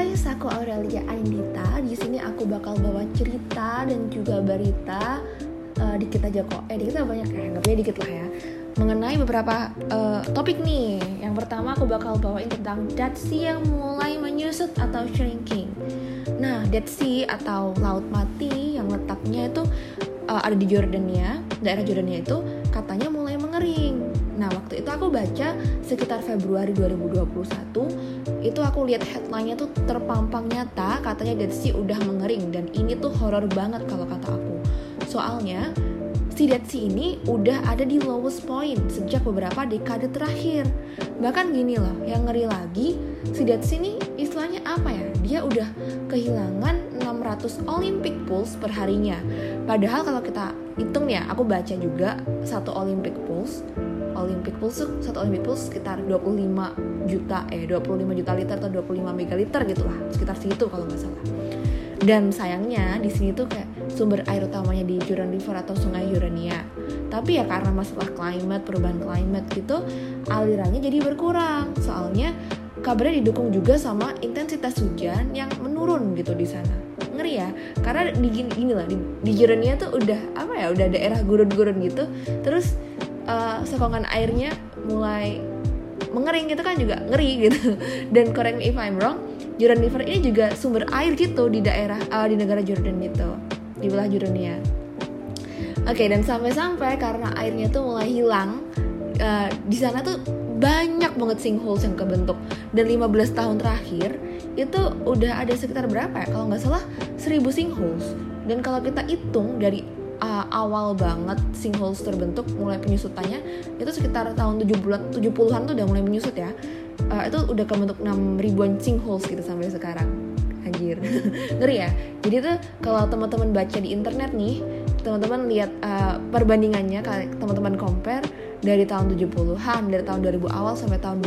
guys, aku Aurelia Anindita. Di sini aku bakal bawa cerita dan juga berita dikit aja kok. Dikit banyak ya, anggapnya dikit lah ya. Mengenai beberapa topik nih. Yang pertama aku bakal bawain tentang Dead Sea yang mulai menyusut atau shrinking. Nah, Dead Sea atau Laut Mati yang letaknya itu ada di Jordania, daerah Jordania itu katanya mulai mengering. Nah, waktu itu aku baca sekitar Februari 2021, itu aku lihat headline-nya tuh terpampang nyata, katanya Dead Sea udah mengering, dan ini tuh horor banget kalau kata aku. Soalnya, si Dead Sea ini udah ada di lowest point sejak beberapa dekade terakhir. Bahkan gini loh, yang ngeri lagi, si Dead Sea ini istilahnya apa ya? Dia udah kehilangan 600 Olympic pools per harinya. Padahal kalau kita hitung ya, aku baca juga satu Olympic pools satu Olympic pools sekitar 25 juta liter atau 25 megaliter gitu lah, sekitar segitu kalau nggak salah. Dan sayangnya di sini tuh kayak sumber air utamanya di Jordan River atau Sungai Jordania. Tapi ya karena masalah perubahan climate gitu, alirannya jadi berkurang. Soalnya kabarnya didukung juga sama intensitas hujan yang menurun gitu di sana. Ngeri ya, karena gini lah di Jordania tuh udah daerah gurun-gurun gitu. Terus sokongan airnya mulai mengering gitu kan, juga ngeri gitu. Dan correct me if I'm wrong, Jordan River ini juga sumber air gitu di daerah di negara Jordan gitu, di wilayah Jordania. Oke, dan sampai karena airnya tuh mulai hilang, di sana tuh banyak banget sinkholes yang kebentuk. Dan 15 tahun terakhir itu udah ada sekitar berapa ya? Kalau nggak salah 1000 sinkholes. Dan kalau kita hitung dari awal banget sinkholes terbentuk, mulai penyusutannya itu sekitar tahun 70-an tuh udah mulai menyusut ya. Itu udah kebentuk 6.000-an sinkholes gitu sampai sekarang. Anjir. Ngeri ya. Jadi tuh kalau teman-teman baca di internet nih, teman-teman lihat perbandingannya, teman-teman compare dari tahun 70-an, dari tahun 2000 awal sampai tahun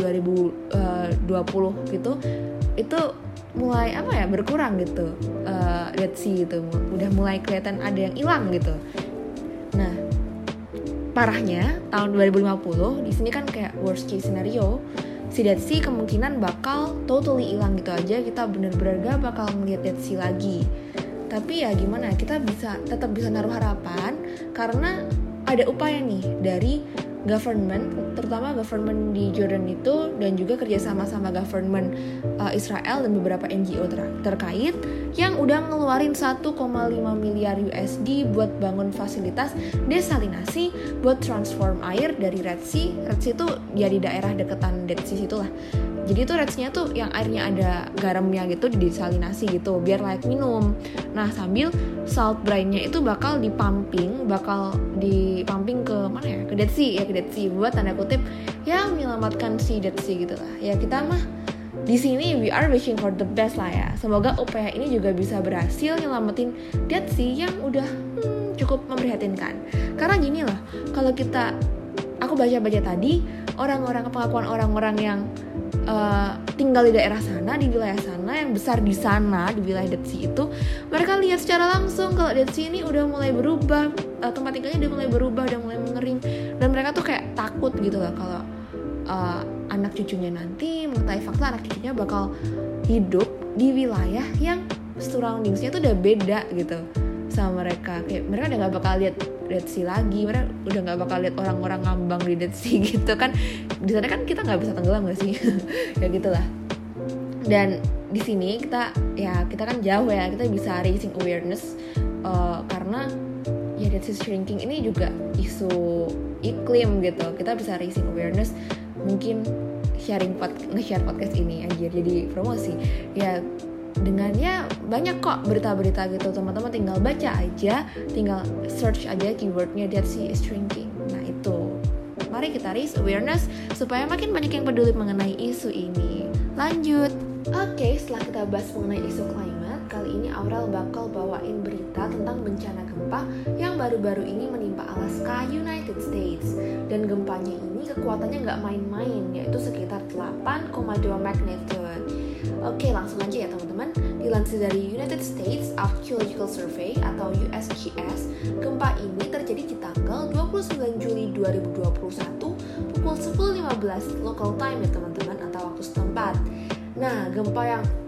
2020 gitu, itu mulai berkurang gitu. Dead Sea itu udah mulai kelihatan ada yang hilang gitu. Nah, parahnya tahun 2050 di sini kan kayak worst case scenario, si Dead Sea kemungkinan bakal totally hilang gitu aja. Kita bener-bener gak bakal ngeliat Dead Sea lagi. Tapi ya gimana, kita tetap bisa naruh harapan karena ada upaya nih dari government, terutama government di Jordan itu, dan juga kerjasama sama government Israel dan beberapa NGO terkait yang udah ngeluarin 1,5 miliar USD buat bangun fasilitas desalinasi buat transform air dari Red Sea. Red Sea itu ya di daerah deketan Dead Sea situlah. Jadi tuh Red Sea-nya tuh yang airnya ada garamnya gitu, didesalinasi gitu biar layak minum. Nah, sambil salt brine-nya itu bakal dipumping ke mana ya? Ke Dead Sea buat tanda kutip ya menyelamatkan si Dead Sea gitu lah. Ya kita mah di sini we are wishing for the best lah ya. Semoga upaya ini juga bisa berhasil nyelamatin Dead Sea yang udah cukup memprihatinkan. Karena gini lah, kalau aku baca tadi pengakuan orang-orang yang tinggal di daerah sana, di wilayah sana, yang besar di sana, di wilayah Dead Sea itu, mereka lihat secara langsung kalau Dead Sea ini udah mulai berubah, tempat tinggalnya udah mulai berubah, udah mulai mengering, dan mereka tuh kayak takut gitu lah kalau anak cucunya nanti mengetahui fakta anak cucunya bakal hidup di wilayah yang surroundingsnya tuh udah beda gitu sama mereka. Kayak mereka udah gak bakal lihat Dead Sea lagi, mereka udah gak bakal lihat orang-orang ngambang di Dead Sea gitu kan. Di sana kan kita gak bisa tenggelam gak sih? Ya gitulah. Dan di sini kita kan jauh ya, kita bisa raising awareness karena ya Dead Sea shrinking ini juga isu iklim gitu. Kita bisa raising awareness, mungkin nge-share podcast ini aja jadi promosi ya. Dengan ya banyak kok berita-berita gitu, teman-teman tinggal baca aja, tinggal search aja keywordnya Dead Sea is shrinking. Nah itu, mari kita raise awareness supaya makin banyak yang peduli mengenai isu ini. Lanjut. Oke, setelah kita bahas mengenai isu climate, kali ini Aurel bakal bawain berita tentang bencana gempa yang baru-baru ini menimpa Alaska, United States. Dan gempanya ini kekuatannya nggak main-main, yaitu sekitar 8,2 magnitude. Oke, langsung aja ya teman-teman. Dilansir dari United States Archaeological Survey atau USGS, gempa ini terjadi di tanggal 29 Juli 2021 pukul 10.15 local time ya teman-teman, atau waktu setempat. Nah, gempa yang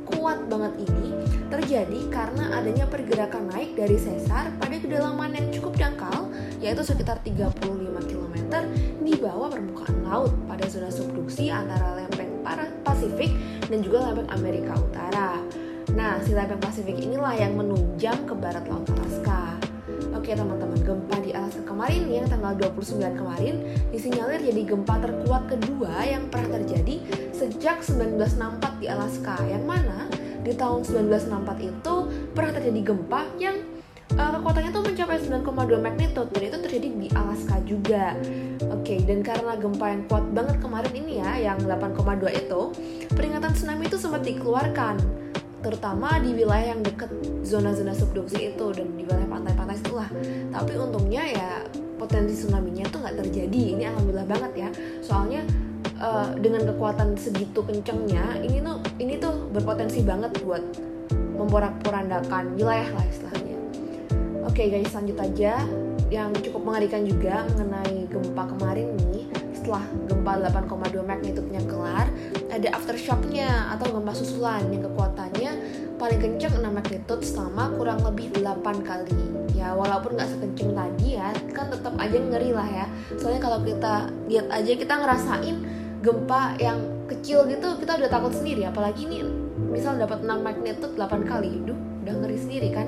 kuat banget ini terjadi karena adanya pergerakan naik dari sesar pada kedalaman yang cukup dangkal, yaitu sekitar 35 km di bawah permukaan laut pada zona subduksi antara lempeng Pasifik dan juga lempeng Amerika Utara. Nah, si lempeng Pasifik inilah yang menunjang ke barat laut Alaska. Oke teman-teman, gempa di Alaska kemarin yang tanggal 29 kemarin disinyalir jadi gempa terkuat kedua yang pernah terjadi sejak 1964 di Alaska. Yang mana di tahun 1964 itu pernah terjadi gempa yang kekuatannya tuh mencapai 9,2 magnitude dan itu terjadi di Alaska juga. Oke, dan karena gempa yang kuat banget kemarin ini ya, yang 8,2 itu, peringatan tsunami itu sempat dikeluarkan, terutama di wilayah yang dekat zona-zona subduksi itu dan di wilayah pantai-pantai itulah. Tapi untungnya ya potensi tsunami-nya tuh nggak terjadi. Ini alhamdulillah banget ya. Soalnya dengan kekuatan segitu kencengnya, ini tuh berpotensi banget buat memporak-porandakan wilayah lah istilahnya. Oke guys, lanjut aja. Yang cukup mengerikan juga mengenai gempa kemarin nih, setelah gempa 8,2 magnitude-nya kelar, ada aftershock-nya atau gempa susulan yang kekuatannya paling kencang 6 magnitude selama kurang lebih 8 kali. Ya walaupun gak sekencang tadi ya, kan tetap aja ngeri lah ya. Soalnya kalau kita lihat aja, kita ngerasain gempa yang kecil gitu, kita udah takut sendiri. Apalagi nih misal dapat 6 magnitude 8 kali, udah ngeri sendiri kan.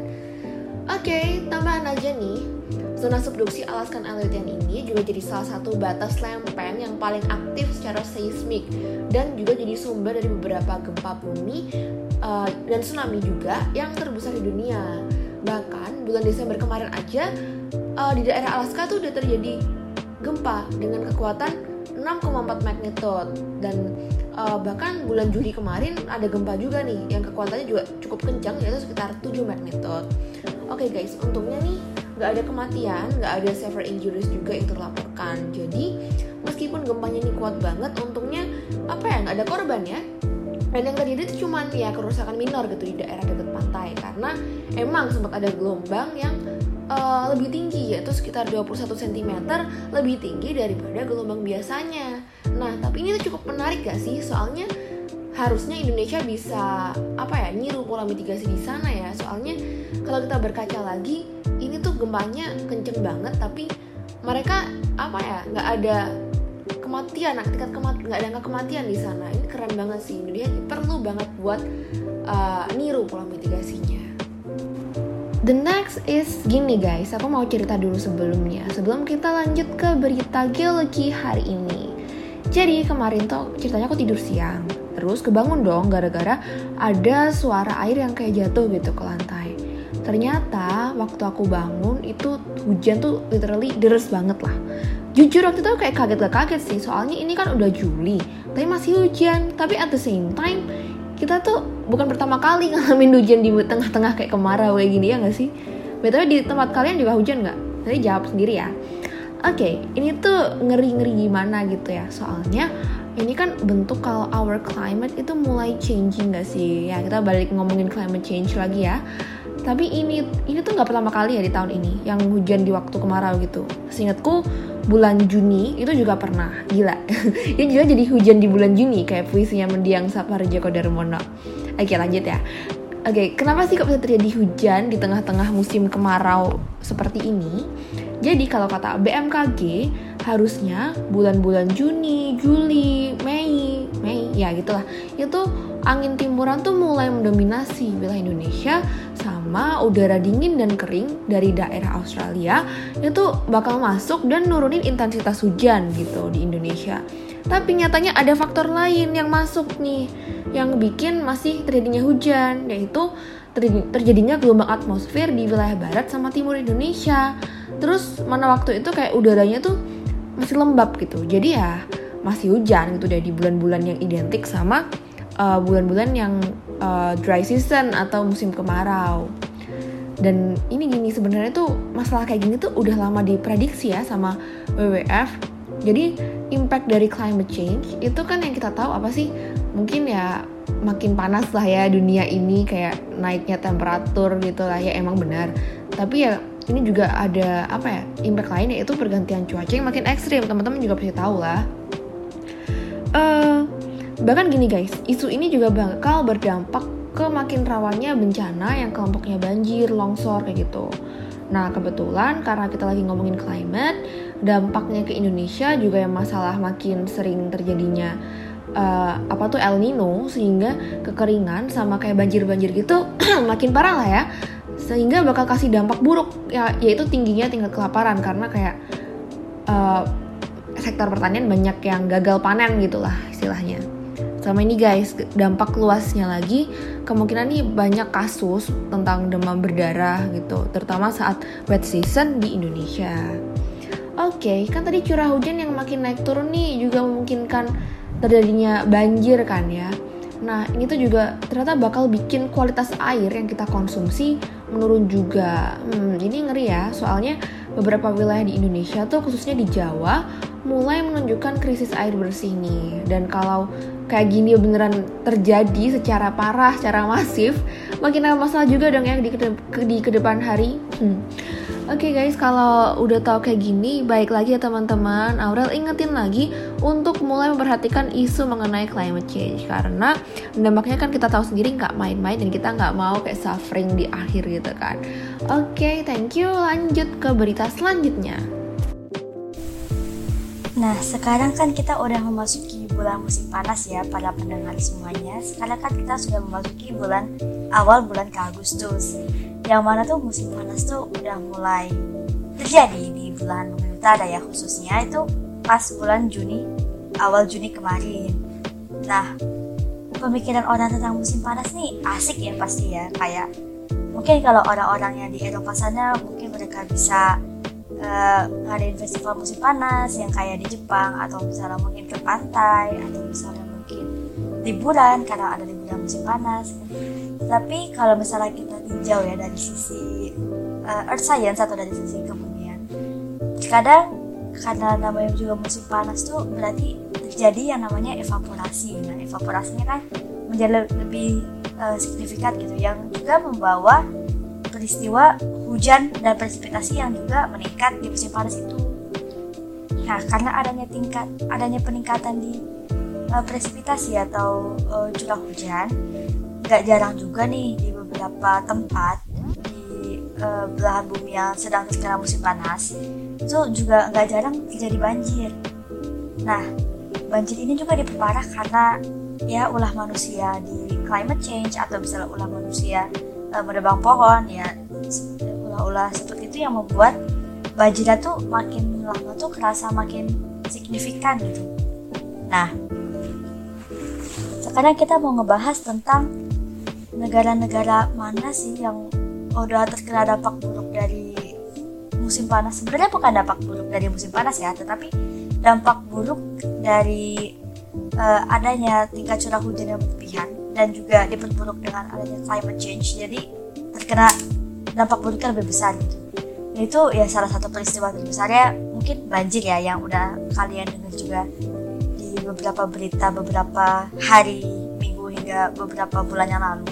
Oke, tambahan aja nih, zona subduksi Alaskan Aleutian ini juga jadi salah satu batas lempeng yang paling aktif secara seismik dan juga jadi sumber dari beberapa gempa bumi dan tsunami juga yang terbesar di dunia. Bahkan bulan Desember kemarin aja di daerah Alaska tuh udah terjadi gempa dengan kekuatan 6,4 magnitude dan bahkan bulan Juli kemarin ada gempa juga nih yang kekuatannya juga cukup kencang, yaitu sekitar 7 magnitude. Oke guys, untungnya nih gak ada kematian, gak ada severe injuries juga yang terlaporkan. Jadi meskipun gempanya ini kuat banget, untungnya gak ada korban ya. Dan yang terjadi itu cuman ya kerusakan minor gitu di daerah dekat pantai, karena emang sempat ada gelombang yang lebih tinggi, yaitu sekitar 21 cm lebih tinggi daripada gelombang biasanya. Nah tapi ini tuh cukup menarik gak sih? Soalnya harusnya Indonesia bisa niru pola mitigasi di sana ya. Soalnya kalau kita berkaca lagi, ini tuh gempanya kenceng banget tapi mereka nggak ada kematian, nggak ada angka kematian di sana. Ini keren banget sih, Indonesia perlu banget buat niru pola mitigasinya. The next is gini guys, aku mau cerita dulu sebelum kita lanjut ke berita geologi hari ini. Jadi kemarin tuh ceritanya aku tidur siang, terus kebangun dong gara-gara ada suara air yang kayak jatuh gitu ke lantai. Ternyata waktu aku bangun itu hujan tuh literally deres banget lah. Jujur waktu itu kayak kaget sih, soalnya ini kan udah Juli, tapi masih hujan. Tapi at the same time, kita tuh bukan pertama kali ngalamin hujan di tengah-tengah kayak kemarau kayak gini ya gak sih? BTW di tempat kalian juga hujan gak? Nanti jawab sendiri ya. Oke, ini tuh ngeri-ngeri gimana gitu ya. Soalnya ini kan bentuk kalau our climate itu mulai changing gak sih? Ya kita balik ngomongin climate change lagi ya. Tapi ini tuh gak pertama kali ya di tahun ini yang hujan di waktu kemarau gitu. Seingatku bulan Juni itu juga pernah, gila. Ini juga jadi hujan di bulan Juni kayak puisinya mendiang Sapari Djoko Damono. Oke lanjut ya. Oke, kenapa sih kok bisa terjadi hujan di tengah-tengah musim kemarau seperti ini? Jadi kalau kata BMKG harusnya bulan-bulan Juni, Juli, Mei, ya gitulah. Itu angin timuran tuh mulai mendominasi wilayah Indonesia sama udara dingin dan kering dari daerah Australia itu bakal masuk dan nurunin intensitas hujan gitu di Indonesia. Tapi nyatanya ada faktor lain yang masuk nih yang bikin masih terjadinya hujan, yaitu terjadinya gelombang atmosfer di wilayah barat sama timur Indonesia. Terus mana waktu itu kayak udaranya tuh masih lembab gitu. Jadi ya masih hujan gitu deh di bulan-bulan yang identik sama bulan-bulan yang dry season atau musim kemarau. Dan ini gini, sebenarnya tuh masalah kayak gini tuh udah lama diprediksi ya sama WWF. Jadi impact dari climate change itu kan yang kita tahu apa sih? Mungkin ya makin panas lah ya dunia ini, kayak naiknya temperatur gitu lah ya, emang benar. Tapi ya ini juga ada impact lain, yaitu pergantian cuaca yang makin ekstrim. Teman-teman juga pasti tahu lah. Bahkan gini guys, isu ini juga bakal berdampak ke makin rawannya bencana yang kelompoknya banjir, longsor kayak gitu. Nah kebetulan karena kita lagi ngomongin climate, dampaknya ke Indonesia juga yang masalah makin sering terjadinya El Nino, sehingga kekeringan sama kayak banjir-banjir gitu makin parah lah ya, sehingga bakal kasih dampak buruk yaitu tingginya tingkat kelaparan karena kayak sektor pertanian banyak yang gagal panen gitulah istilahnya. Sama ini guys, dampak luasnya lagi, kemungkinan nih banyak kasus tentang demam berdarah gitu, terutama saat wet season di Indonesia. Oke, kan tadi curah hujan yang makin naik turun nih juga memungkinkan terjadinya banjir kan ya. Nah ini tuh juga ternyata bakal bikin kualitas air yang kita konsumsi menurun juga. Ini ngeri ya, soalnya beberapa wilayah di Indonesia tuh khususnya di Jawa mulai menunjukkan krisis air bersih nih. Dan kalau kayak gini beneran terjadi secara parah, secara masif, makin ada masalah juga dong ya di kedepan hari. Oke guys, kalau udah tahu kayak gini, baik lagi ya teman-teman, Aurel ingetin lagi untuk mulai memperhatikan isu mengenai climate change, karena dampaknya kan kita tahu sendiri nggak main-main dan kita nggak mau kayak suffering di akhir gitu kan. Oke, thank you. Lanjut ke berita selanjutnya. Nah, sekarang kan kita udah memasuki bulan musim panas ya para pendengar semuanya. Sekarang kan kita sudah memasuki awal bulan ke Agustus, yang mana tuh musim panas tuh udah mulai terjadi di bulan utara ya, khususnya itu pas bulan awal Juni kemarin. Nah, pemikiran orang tentang musim panas nih asik ya pasti ya, kayak mungkin kalau orang-orang yang di Eropa sana mungkin mereka bisa ngadain festival musim panas yang kayak di Jepang, atau misalnya mungkin ke pantai, atau misalnya mungkin liburan karena ada liburan musim panas. Tapi kalau misalnya kita tinjau ya dari sisi earth science atau dari sisi kebumian, kadang karena namanya juga musim panas tuh berarti terjadi yang namanya evaporasi. Nah, evaporasinya kan menjadi lebih signifikan gitu, yang juga membawa peristiwa hujan dan presipitasi yang juga meningkat di musim panas itu. Nah, karena adanya peningkatan di presipitasi atau curah hujan, gak jarang juga nih di beberapa tempat di belahan bumi yang sedang terkena musim panas itu juga gak jarang terjadi banjir. Nah, banjir ini juga diperparah karena ya ulah manusia di climate change, atau misalnya ulah manusia menebang pohon ya, ulah-ulah seperti itu yang membuat banjirnya tuh makin lama tuh kerasa makin signifikan gitu. Nah, sekarang kita mau ngebahas tentang negara-negara mana sih yang udah terkena dampak buruk dari musim panas. Sebenarnya bukan dampak buruk dari musim panas ya, tetapi dampak buruk dari adanya tingkat curah hujan yang berlebihan dan juga diperburuk dengan adanya climate change. Jadi terkena dampak buruknya lebih besar gitu. Dan itu ya salah satu peristiwa terbesarnya mungkin banjir ya, yang udah kalian dengar juga di beberapa berita beberapa hari, minggu hingga beberapa bulan yang lalu.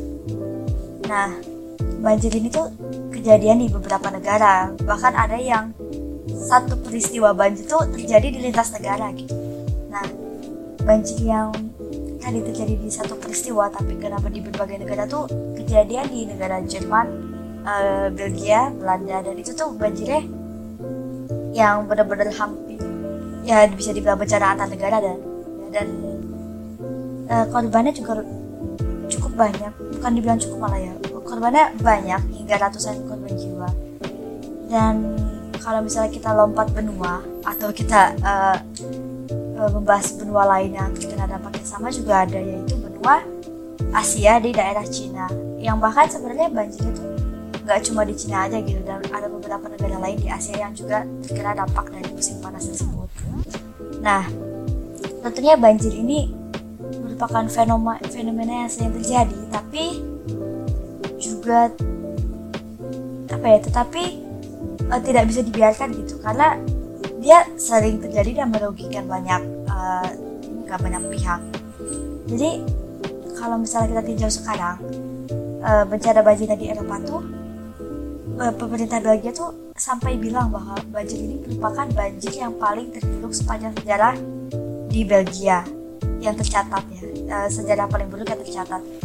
Nah, banjir ini tuh kejadian di beberapa negara. Bahkan ada yang satu peristiwa banjir tuh terjadi di lintas negara gitu. Nah, banjir yang tadi terjadi di satu peristiwa tapi kenapa di berbagai negara tuh kejadian di negara Jerman, Belgia, Belanda, dan itu tuh banjirnya yang benar-benar hampir ya bisa dibilang bencana antar negara, dan korbannya juga cukup banyak, bukan dibilang cukup malah ya, korbannya banyak hingga ratusan korban jiwa. Dan kalau misalnya kita lompat benua atau kita membahas benua lain yang terkena dampak yang sama juga ada, yaitu benua Asia di daerah Cina, yang bahkan sebenarnya banjirnya tuh nggak cuma di Cina aja gitu, dan ada beberapa negara lain di Asia yang juga terkena dampak dari musim panas tersebut. Nah, tentunya banjir ini merupakan fenomena yang sering terjadi, tapi juga tidak bisa dibiarkan gitu, karena dia sering terjadi dan merugikan banyak pihak. Jadi kalau misalnya kita tinjau sekarang bencana banjir di Eropa tuh, pemerintah Belgia tuh sampai bilang bahwa banjir ini merupakan banjir yang paling terburuk sepanjang sejarah di Belgia yang tercatat ya, sejarah paling buruk yang tercatat.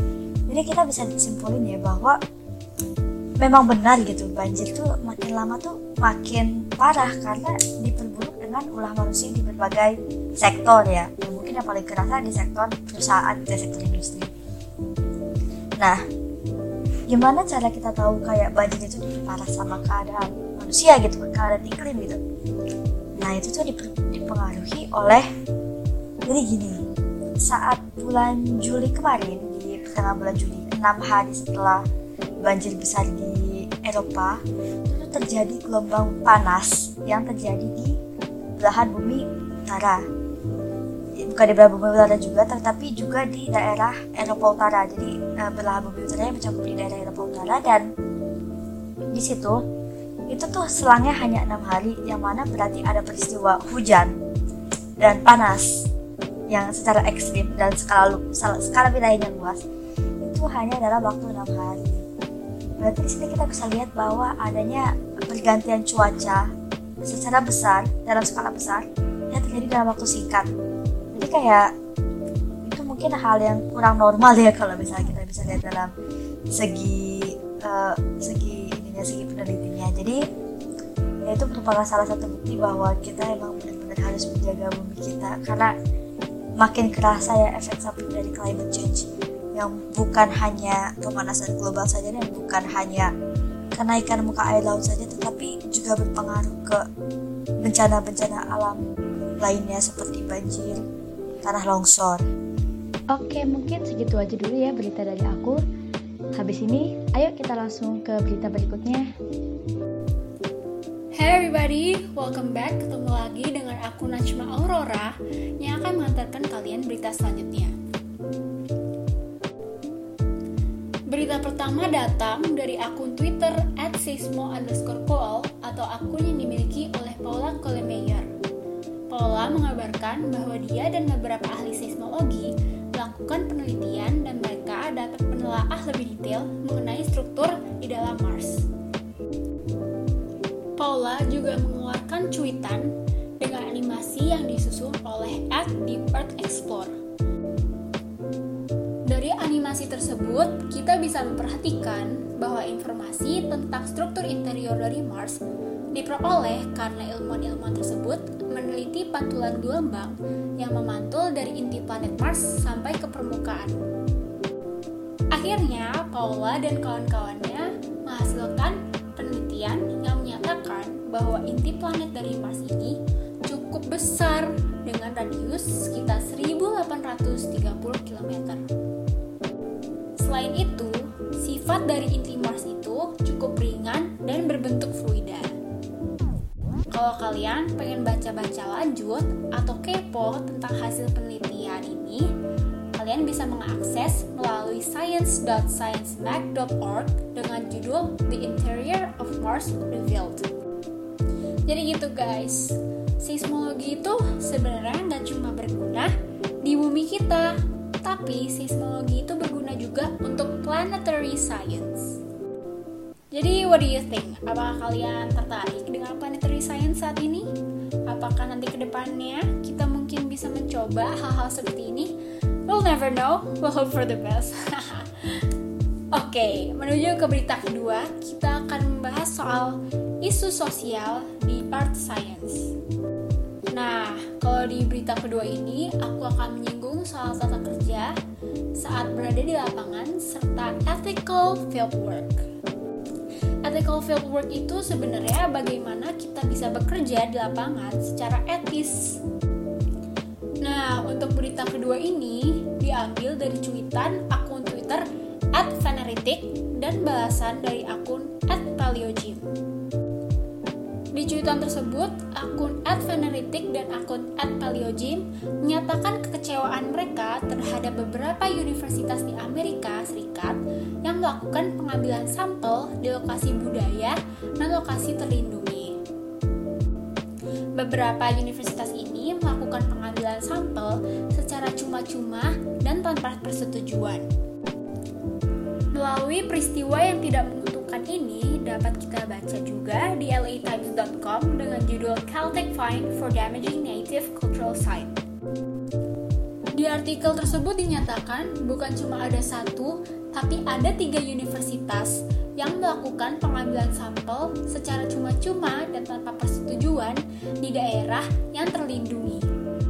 Jadi kita bisa disimpulin ya bahwa memang benar gitu, banjir tuh makin lama tuh makin parah karena diperburuk dengan ulah manusia di berbagai sektor ya. Mungkin yang paling kerasa di sektor perusahaan, di sektor industri. Nah, gimana cara kita tahu kayak banjir itu diperparah sama keadaan manusia gitu, keadaan iklim gitu. Nah, itu tuh dipengaruhi oleh, jadi gini, saat bulan Juli kemarin, di pertengahan bulan Juli, 6 hari setelah banjir besar di Eropa, itu terjadi gelombang panas yang terjadi di belahan bumi utara. Bukan di belahan bumi utara juga, tetapi juga di daerah Eropa Utara. Jadi belahan bumi utara yang mencakup di daerah Eropa Utara, dan di situ itu tuh selangnya hanya 6 hari, yang mana berarti ada peristiwa hujan dan panas yang secara ekstrim dan skala wilayahnya luas itu hanya dalam waktu 6 hari. Berarti di sini kita bisa lihat bahwa adanya pergantian cuaca secara besar, dalam skala besar, yang terjadi dalam waktu singkat. Jadi kayak itu mungkin hal yang kurang normal ya kalau misalnya kita bisa lihat dalam segi penelitiannya. Jadi ya itu merupakan salah satu bukti bahwa kita emang benar-benar harus menjaga bumi kita, karena makin kerasa ya efek samping dari climate change, yang bukan hanya pemanasan global saja dan bukan hanya kenaikan muka air laut saja, tetapi juga berpengaruh ke bencana-bencana alam lainnya seperti banjir, tanah longsor. Oke, mungkin segitu aja dulu ya berita dari aku. Habis ini, ayo kita langsung ke berita berikutnya. Hey everybody, welcome back. Ketemu lagi dengan aku Najma Aurora yang akan mengantarkan kalian berita selanjutnya. Berita pertama datang dari akun Twitter @seismo_coal atau akun yang dimiliki oleh Paula Kollmeyer. Paula mengabarkan bahwa dia dan beberapa ahli seismologi melakukan penelitian dan mereka dapat menelaah lebih detail mengenai struktur di dalam Mars. Paula juga mengeluarkan cuitan dengan animasi yang disusun oleh @DeepEarthExplore. Dari animasi tersebut, kita bisa memperhatikan bahwa informasi tentang struktur interior dari Mars diperoleh karena ilmuwan-ilmuwan tersebut meneliti pantulan gelombang yang memantul dari inti planet Mars sampai ke permukaan. Akhirnya, Paula dan kawan-kawannya menghasilkan penelitian yang menyatakan bahwa inti planet dari Mars ini cukup besar dengan radius sekitar 1830 km. Selain itu, sifat dari inti Mars itu cukup ringan dan berbentuk fluida. Kalau kalian pengen baca-baca lanjut atau kepo tentang hasil penelitian ini, kalian bisa mengakses melalui science.sciencemag.org dengan judul The Interior of Mars Revealed. Jadi gitu guys, seismologi itu sebenarnya nggak cuma berguna di bumi kita, tapi seismologi itu berguna juga untuk planetary science. Jadi what do you think? Apakah kalian tertarik dengan planetary science saat ini? Apakah nanti ke depannya kita mungkin bisa mencoba hal-hal seperti ini? We'll never know, we'll hope for the best. Oke, menuju ke berita kedua, kita akan membahas soal isu sosial di earth science. Nah, kalau di berita kedua ini, aku akan menyinggung soal tata kerja saat berada di lapangan serta ethical fieldwork. Ethical fieldwork itu sebenarnya bagaimana kita bisa bekerja di lapangan secara etis. Nah, untuk berita kedua ini diambil dari cuitan akun Twitter @Veneritic dan balasan dari akun @Paleogym. Di cuitan tersebut, akun @Veneritic dan akun @Paleogym menyatakan kekecewaan mereka terhadap beberapa universitas di Amerika Serikat yang melakukan pengambilan sampel di lokasi budaya dan lokasi terlindungi. Beberapa universitas ini melakukan pengambilan sampel secara cuma-cuma dan tanpa persetujuan. Melalui peristiwa yang tidak menguntungkan ini, dapat kita baca juga di latimes.com dengan judul Caltech Fine for Damaging Native Cultural Site. Di artikel tersebut dinyatakan bukan cuma ada satu, tapi ada 3 universitas yang melakukan pengambilan sampel secara cuma-cuma dan tanpa persetujuan di daerah yang terlindungi.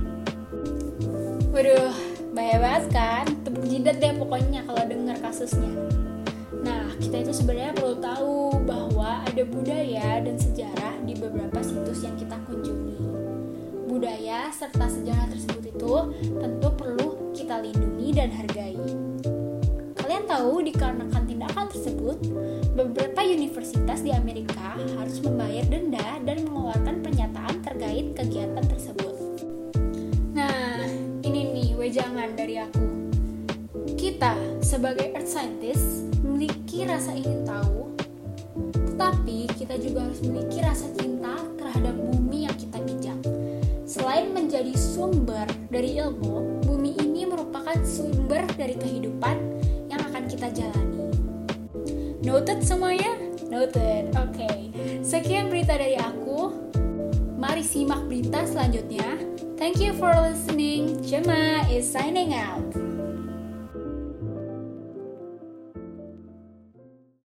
Waduh, bahaya banget kan? Tepuk jidat deh pokoknya kalau dengar kasusnya. Nah, kita itu sebenarnya perlu tahu bahwa ada budaya dan sejarah di beberapa situs yang kita kunjungi. Budaya serta sejarah tersebut itu tentu perlu kita lindungi dan hargai. Kalian tahu dikarenakan tindakan tersebut, beberapa universitas di Amerika harus membayar denda dan mengeluarkan pernyataan terkait kegiatan tersebut. Nah, ini nih wejangan dari aku. Kita sebagai earth scientist memiliki rasa ingin tahu, tetapi kita juga harus memiliki rasa cinta terhadap bumi yang kita pijak. Selain menjadi sumber dari ilmu, bumi ini merupakan sumber dari kehidupan yang akan kita jalani. Noted semuanya? Noted. Oke. Sekian berita dari aku. Mari simak berita selanjutnya. Thank you for listening. Gemma is signing out.